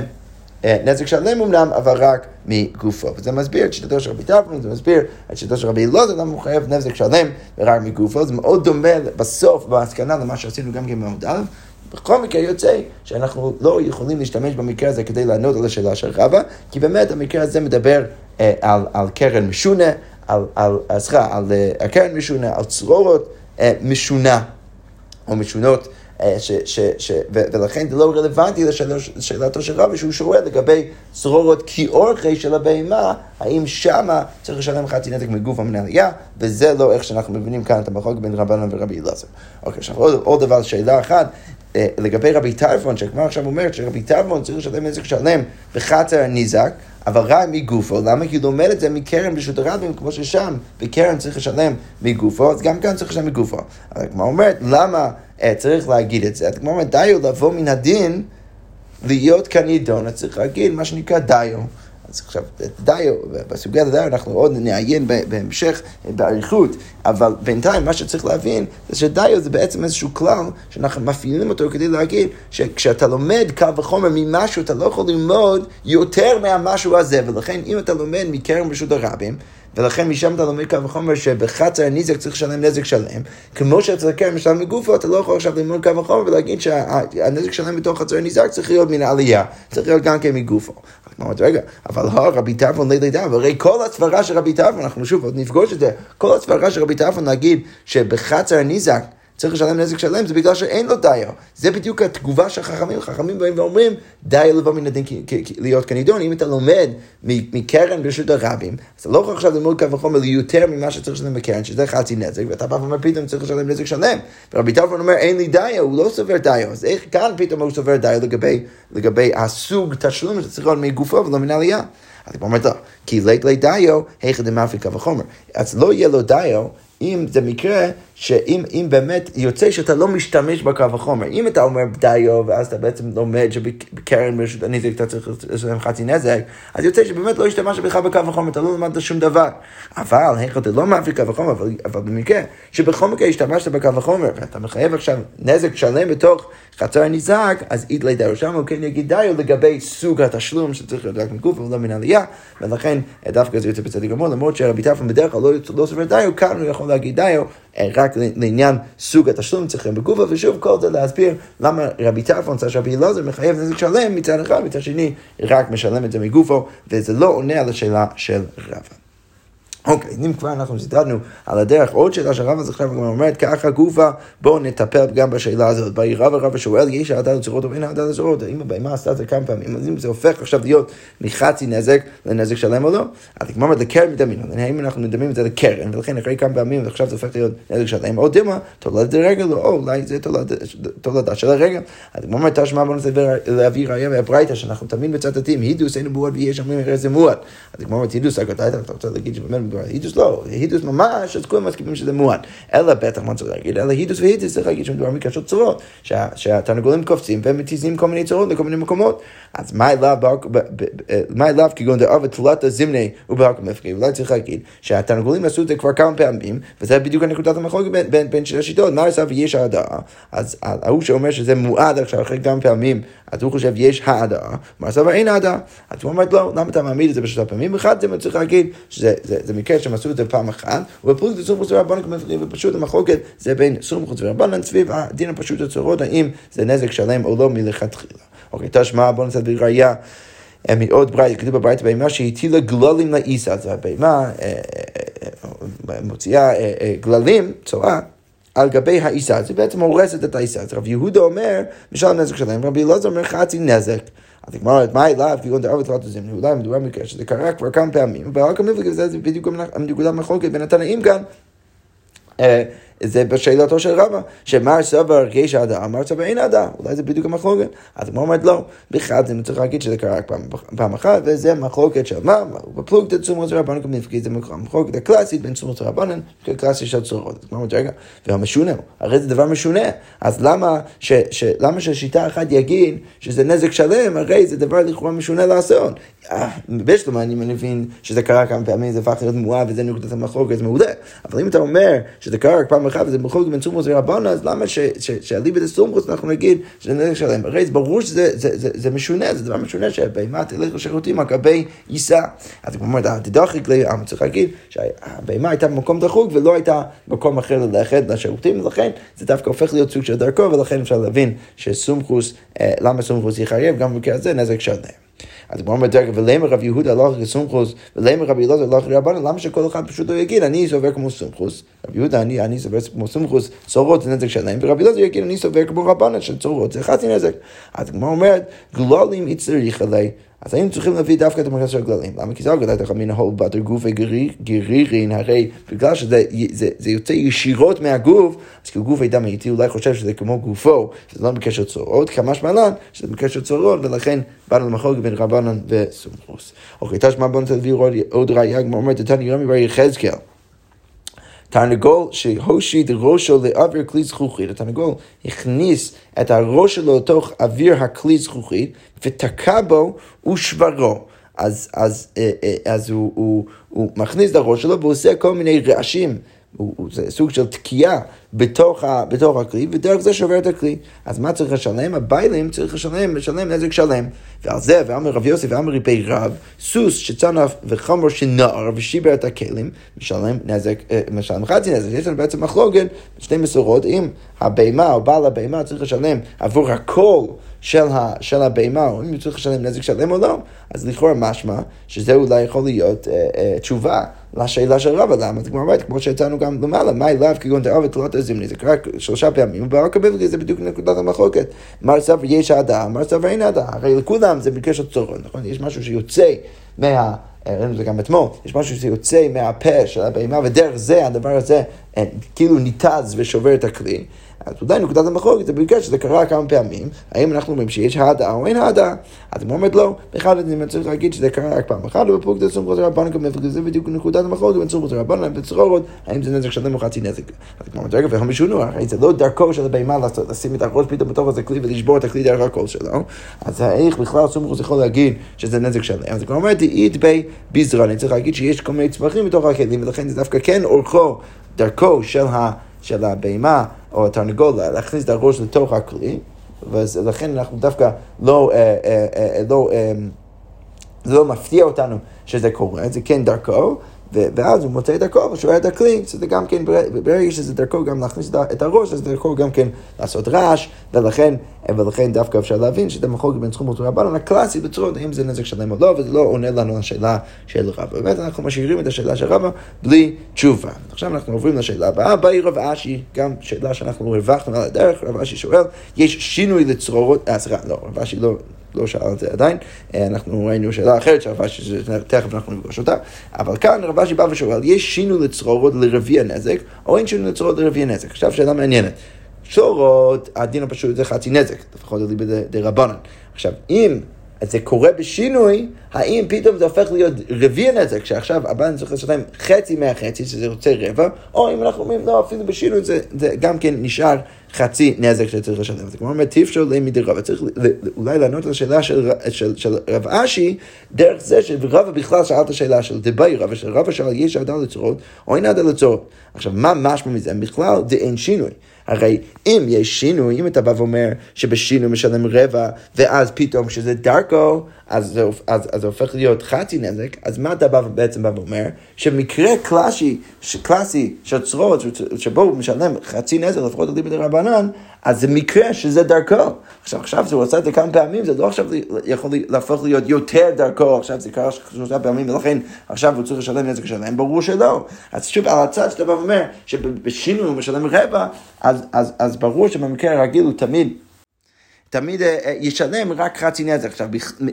נזק שלם אומנם, אבל רק מגופו. וזה מסביר את שיטתו של רבי טרפון, זה מסביר את שיטתו של רבי אלעזר, למה הוא חייב נזק שלם ורק מגופו. זה מאוד דומה בסוף, בהסקנה, למה שעשינו גם כן בעמוד א'. בכל מקרה יוצא שאנחנו לא יכולים להשתמש במקרה הזה כדי לענות על השאלה של רבא, כי באמת המקרה הזה מדבר אה, על, על קרן משונה, על, על, סליחה, על uh, קרן משונה, על צרורות אה, משונה או משונות, אה, ש, ש, ש, ו, ולכן זה לא רלוונטי לשאלתו של רבא, שהוא שואל לגבי צרורות כאורכי של הבהמה, האם שמה צריך לשלם חצי נזק מגוף המנהליה, וזה לא איך שאנחנו מבינים כאן את המחלוקת בין רבנן ורבי אלעזר. אוקיי, עכשיו עוד, עוד דבר, שאלה אחת, לגבי רבי טרפון, שכבר עכשיו אומרת שרבי טרפון צריך לשלם נזק שלם בחצר הניזק, אבל רק מגופו. למה? כי הוא לומד את זה מקרן ברשות הרבים, כמו ששם בקרן צריך לשלם מגופו, אז גם כאן צריך לשלם מגופו. אבל כמו אומרת, למה צריך להגיד את זה? כמו אומרת, דיו לבוא מן הדין להיות כאן ידון, צריך להגיד מה שנקרא דיו. אז עכשיו, דיו, בסוגיית הדיו אנחנו עוד נעיין בהמשך בעריכות, אבל בינתיים מה שצריך להבין זה שדיו זה בעצם איזשהו כלל שאנחנו מפעילים אותו כדי להגיד שכשאתה לומד קל וחומר ממשהו אתה לא יכול ללמוד יותר מהמשהו הזה, ולכן אם אתה לומד מקרן ברשות הרבים, ולכן משם אתה לומד קו וחומר שבחצר הניזק צריך לשלם נזק שלם, כמו שאצל הכרם משלם מגופו, אתה לא יכול עכשיו ללמוד קו וחומר ולהגיד שהנזק שלם בתוך חצר הניזק צריך להיות מן העלייה, צריך להיות גם כן מגופו. רגע, אבל רבי טרפון לילי דם, הרי כל הסברה של רבי טרפון, אנחנו שוב עוד נפגוש את זה, כל הסברה של רבי טרפון להגיד שבחצר הניזק צריך לשלם נזק שלם, זה בגלל שאין לו דיו. זה בדיוק התגובה של חכמים. חכמים באים ואומרים, דיו לבוא מן הדין להיות כנידון. אם אתה לומד מקרן ברשות הרבים, אז אתה לא יכול עכשיו ללמוד קו וחומר יותר ממה שצריך לשלם בקרן, שזה חצי נזק, ואתה בא ואומר, פתאום צריך לשלם נזק שלם. ורבי טרפון אומר, אין לי דיו, הוא לא סובר דיו. אז איך כאן פתאום הוא סובר דיו לגבי, לגבי הסוג תשלום שצריך להיות מגופו ולא מן העלייה? אז הוא אומר, לא, כי לית לי דיו, היכא דמאפי קו וחומר. אז לא יהיה לו דיו, אם זה מקרה שאם אם באמת יוצא שאתה לא משתמש בקו החומר, אם אתה אומר דיו ואז אתה בעצם לומד שבקרן ברשות הנזק אתה צריך לשלם חצי נזק, אז יוצא שבאמת לא השתמש בך בקו החומר, אתה לא למדת שום דבר. אבל היכא אתה לא מאפי קו החומר, אבל, אבל במקרה שבכל מקרה השתמשת בקו החומר ואתה מחייב עכשיו נזק שלם בתוך חצר הנזק, אז אית לי דיו שם, הוא כן יגיד דיו לגבי סוג התשלום שצריך להיות רק מגוף ולא מן עלייה, ולכן דווקא זה יוצא בצדיק גמור, למרות שרבי טרפון בדרך כלל לא, לא סובר דיו, כאן הוא יכול להגיד דיו רק לעניין סוג התשלום צריכים בגופה, ושוב כל זה להסביר למה רבי טרפון צא שרבי אלעזר מחייב נזק שלם מצד אחד, מצד שני רק משלם את זה מגופו, וזה לא עונה על השאלה של רבא. אוקיי, אם כבר אנחנו סדרנו על הדרך עוד שאלה של רבא, אז עכשיו גם אומרת ככה גופה, בואו נטפל גם בשאלה הזאת. באי רבא רבא שואל, יש העדה לצורות או אין העדה לצורות? אם הבהמה עשתה את זה כמה פעמים, אז אם זה הופך עכשיו להיות מחצי נזק לנזק שלם או לא, אז כמו אומרת לקרן מדמים, האם אנחנו מדמים את זה לקרן, ולכן אחרי כמה פעמים ועכשיו זה הופך להיות נזק שלם, או דמה, תולדת הרגל, או אולי זה תולדה של הרגל. אז כמו אומרת, תשמע בוא נעשה להביא ראיה והברייתא, שאנחנו תמיד מצטטים, הידוס אין מועד ויש אומרים הרי זה מועד. אז כמו אומרת, הידוס, אתה רוצה להגיד שבאמת הידוס לא, הידוס ממש, אז כולם מסכימים שזה מועד. אלא בטח מה צריך להגיד, אלא הידוס והידוס צריך להגיד שמדובר מקשות צורות, שהתרנגולים קופצים והם מתיזים כל מיני צורות לכל מיני מקומות. אז מה אליו כגון דאב ותלת הזמני ובהק מפקי? אולי צריך להגיד שהתרנגולים עשו את זה כבר כמה פעמים, וזה בדיוק הנקודת המחלוקת בין שתי השיטות. מה עשה ויש העדה? אז ההוא שאומר שזה מועד עכשיו אחרי כמה פעמים, אז הוא חושב יש העדה. מה עשה ואין העדה? אז הוא אומר לא, למה אתה מעמיד את זה בשלושה פעמים? אחד זה צריך להגיד שזה מקרה שהם עשו את זה פעם אחת, ובפלוג זה סומכות ורבנן כמפקי, ופשוט המחלוקת זה בין סומכות ורבנן סביב הדין הפשוט הצורות, האם זה נזק שלם או לא מלכתחילה. אוקיי, תשמע, בוא נעשה בראיה מאוד ברייתא, כתוב בברייתא בהמה שהטילה גללים לעיסה, אז הבהמה מוציאה גללים, צואה, על גבי העיסה, זה בעצם הורסת את העיסה. אז רב יהודה אומר, משלם נזק שלם, רבי אלעזר אומר חצי נזק. אז הגמרא אומרת, מה אליו? כגון דאב ותלת הזמני, אולי מדובר מקרה שזה קרה כבר כמה פעמים, ורק המפלגה זה בדיוק הנקודה המחלוקת בין התנאים כאן. זה בשאלתו של רבא, שמר סבר יש העדה, אמר סבר אין העדה, אולי זה בדיוק המחלוקת. אז הוא אומרת לא, בכלל זה צריך להגיד שזה קרה רק פעם, פעם אחת, וזה מחלוקת של מה, בפלוג תצומות רבנן כמפקי, זה מחלוקת הקלאסית בין צומות רבנן, כקלאסית של צורות. אז הוא אומרת, רגע, והמשונה, הרי זה דבר משונה, אז למה, ש, ש, למה ששיטה אחת יגיד שזה נזק שלם, הרי זה דבר לכאורה משונה לעשות. בשלמה אני מבין שזה קרה כמה פעמים, זה הפך להיות מועד, וזה נקודת המחלוקת, זה מעולה. אבל אם אתה אומר שזה קרה רק פעם אחת, וזה מחלוקת בין צומות ורבנן, אז למה שעליבא דסומכות אנחנו נגיד שזה נזק שלם? הרי זה ברור שזה זה, זה, זה משונה, זה דבר משונה שהבהמה תלך לשירותים לגבי עיסה. אז הוא אומר, תדחק לי, אני צריך להגיד שהבהמה הייתה במקום דחוק ולא הייתה במקום אחר ללכת לשירותים, ולכן זה דווקא הופך להיות סוג של דרכו, ולכן אפשר להבין שסומכוס, למה סומכוס יחייב גם במקרה הזה נזק שלם. אז כמו אומר דרך, ולמה רב יהודה הלך לסומכוס, ולמה רב אלעזר הלך לרבנן, למה שכל אחד פשוט לא יגיד, אני סובר כמו סומכוס, רב יהודה, אני, אני סובר כמו סומכוס, צורות זה נזק שלהם, ורב אלעזר יגיד, אני סובר כמו רבנן, של צורות זה חצי נזק. אז כמו אומרת, גללים יצריך עלי, אז היינו צריכים להביא דווקא את המרכז של הגללים. למה? כי זה לא גדלת לך מן ההול בתר גופי גרירין, הרי בגלל שזה זה, זה יוצא ישירות מהגוף, אז כי הגוף הייתה מאיתי, אולי חושב שזה כמו גופו, שזה לא בקשר צורות, כמש מלן, שזה בקשר צורות, ולכן באנו למחלוקת בין רבנן וסומכוס. אוקיי, תשמע בוא נתביא עוד ראיה, כמו אומרת, תתני רמי בר יחזקאל. תרנגול שהושיט ראשו לאוויר כלי זכוכית, התרנגול הכניס את הראש שלו לתוך אוויר הכלי זכוכית ותקע בו ושברו. אז, אז, אז הוא, הוא, הוא מכניס את הראש שלו ועושה כל מיני רעשים הוא, הוא, זה סוג של תקיעה בתוך, ה, בתוך הכלי, ודרך זה שובר את הכלי. אז מה צריך לשלם? הביילים צריך לשלם, לשלם נזק שלם. ועל זה, ואמר רב יוסי ואמר ריפי רב, סוס שצנף וחמור שנער ושיבר את הכלים, משלם נזק, משלם חצי נזק. יש לנו בעצם מחלוקת, שתי מסורות, אם הבהמה או בעל הבהמה צריך לשלם עבור הכל של, ה, של הבהמה, או אם הוא צריך לשלם נזק שלם או לא, אז לכאורה משמע שזה אולי יכול להיות אה, אה, תשובה לשאלה של רבא. למה? זה כמו אומרת, כמו שהצענו גם למעלה, מה אליו כגון תאו ותלות הזמני, זה קרה שלושה פעמים, וברק קבל זה בדיוק נקודת המחלוקת. מר סבר יש העדה, מר סבר אין העדה, הרי לכולם זה בקשר צורות, נכון? יש משהו שיוצא מה... ראינו זה גם אתמול, יש משהו שיוצא מהפה של הבהמה, ודרך זה, הדבר הזה, כאילו ניתז ושובר את הכלי. אז אולי נקודת המחלוקת, זה בגלל שזה קרה כמה פעמים, האם אנחנו אומרים שיש העדה או אין העדה? אז הוא אומר לא, בכלל אני צריך להגיד שזה קרה רק פעם אחת, ובפרוק זה סומכות הרבנן כמובן, וזה בדיוק נקודת המחלוקת, בין סומכות הרבנן בצרורות, האם זה נזק שלם או חצי נזק. אז כמו אומרת, רגע, והם משונו, הרי זה לא דרכו של הבהמה לשים את הראש פתאום בתוך הזה כלי ולשבור את הכלי דרך הכל שלו, אז איך בכלל סומכות יכול להגיד שזה נזק שלם? אז כמו אומרת, אית בי ביזרה, אני צריך להגיד שיש כל מיני צמחים בתוך הכלים, ולכן זה דווקא כן אורכו, דרכו של ה של הבהמה או התרנגול להכניס את הראש לתוך הכלי, ולכן אנחנו דווקא לא, אה, אה, אה, לא, אה, זה לא מפתיע אותנו שזה קורה, זה כן דרכו, ואז הוא מוצא את דרכו ושובר את הכלי, שזה גם כן, ברגע שזה דרכו גם להכניס את הראש, אז דרכו גם כן לעשות רעש, ולכן, ולכן דווקא אפשר להבין שזה מחלוקת בין סומכות הרבנן הקלאסי בצורות, האם זה נזק שלם או לא, וזה לא עונה לנו לשאלה של רבא. באמת אנחנו משאירים את השאלה של רבא בלי תשובה. עכשיו אנחנו עוברים לשאלה הבאה, באי רב אשי, גם שאלה שאנחנו הרווחנו על הדרך, רב אשי שואל, יש שינוי לצרורות, אה, סליחה, לא, רב אשי לא, לא שאל את זה עדיין, אנחנו ראינו שאלה אחרת של רבשי, שתכף אנחנו נפגוש אותה, אבל כאן רבשי בא ושואל, יש שינוי לצרורות לרביע נזק, או אין שינוי לצרורות לרביע נזק? עכשיו שאלה מעניינת. צרורות, הדין הפשוט זה חצי נזק, לפחות זה בדרבנן. עכשיו, אם זה קורה בשינוי, האם פתאום זה הופך להיות רביע נזק, שעכשיו הבן צריך לשלם חצי מהחצי, שזה רוצה רבע, או אם אנחנו אומרים, לא, אפילו בשינוי זה, זה גם כן נשאר חצי נזק שצריך לשלם. זה כמו אומר, תפשר לי מדי רבא, צריך אולי לענות לשאלה של, של, של רב אשי, דרך זה שרבא בכלל שאל את השאלה של דבי רבא, של רבא שאל, יש עדה לצורות, או אין עדה לצורות. עכשיו, מה משמע מזה? בכלל זה אין שינוי. הרי אם יש שינוי, אם אתה בא ואומר שבשינוי משלם רבע, ואז פתאום שזה דרכו, אז זה, אז, אז זה הופך להיות חצי נזק, אז מה אתה בא בעצם בא ואומר? שמקרה קלאסי, קלאסי של צרורות, שבו הוא משלם חצי נזק, לפחות עדים בדרבנן, אז זה מקרה שזה דרכו. עכשיו, עכשיו זה הוא עושה את זה כמה פעמים, זה לא עכשיו יכול להפוך להיות יותר דרכו, עכשיו זה קרה שלושה פעמים, ולכן עכשיו הוא צריך לשלם נזק שלהם, ברור שלא. אז שוב, על הצד שאתה בא ואומר, שבשינוי הוא משלם רבע, אז, אז, אז ברור שבמקרה הרגיל הוא תמיד, תמיד ישלם רק חצי נזק. עכשיו,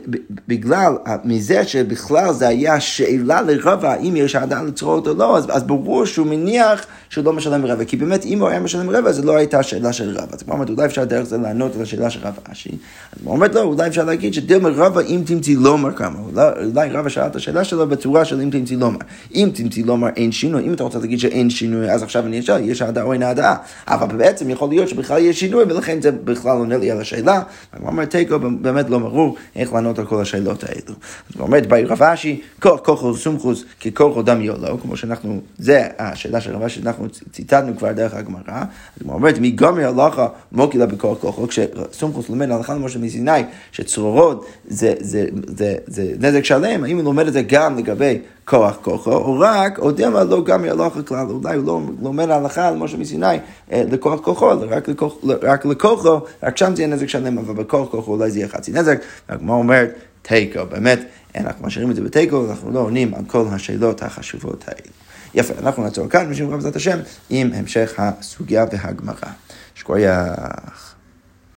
בגלל, מזה שבכלל זה היה שאלה לרבא, האם יש עדה לצרורות או לא, אז, אז ברור שהוא מניח שהוא לא משלם רבע, כי באמת אם הוא היה משלם רבע, זה לא הייתה שאלה של רבא. אז כמו אומרת, אולי אפשר דרך זה לענות על השאלה של רבא אשי. אז כמו אומרת, לא, אולי אפשר להגיד שדילמה רבא אם תמציא לומר כמה. אולי רבא שאל את השאלה שלו בצורה של אם תמציא לומר. אם תמציא לומר אין שינוי, אם אתה רוצה להגיד שאין שינוי, אז עכשיו אני אשאל, יש עדה או אין עדה. אבל בעצם יכול להיות שבכלל יש שינוי, ולכן זה בכלל עונה לי על השאלה. הוא אומר, תיקו, באמת לא ברור איך לענות על כל השאלות האלו. אז הוא אומר, באי רב אשי, כוח כוחו סומכוס, ככוחו דם יולו, כמו שאנחנו, זה השאלה של רב אשי, אנחנו ציטטנו כבר דרך הגמרא. אז הוא אומר, מי גומר הלכה מוקילה בכוח כוחו, כשסומכוס לומד הלכה למשה מסיני, שצרורות זה, זה, זה, זה נזק שלם, האם הוא לומד את זה גם לגבי כוח כוחו, או רק, או דמה לא גמר הלכה כלל, אולי הוא לא לומד הלכה למשה מסיני לכוח כוחו, רק, לכוח, רק לכוחו, רק שם זה יהיה נזק שלם, אבל בכוח כוחו אולי זה יהיה חצי נזק. כמו אומרת, תיקו, באמת, אנחנו משאירים את זה בתיקו, אנחנו לא עונים על כל השאלות החשובות האלה. יפה, אנחנו נעצור כאן, משום רב בעזרת השם, עם המשך הסוגיה והגמרא. שקוייך.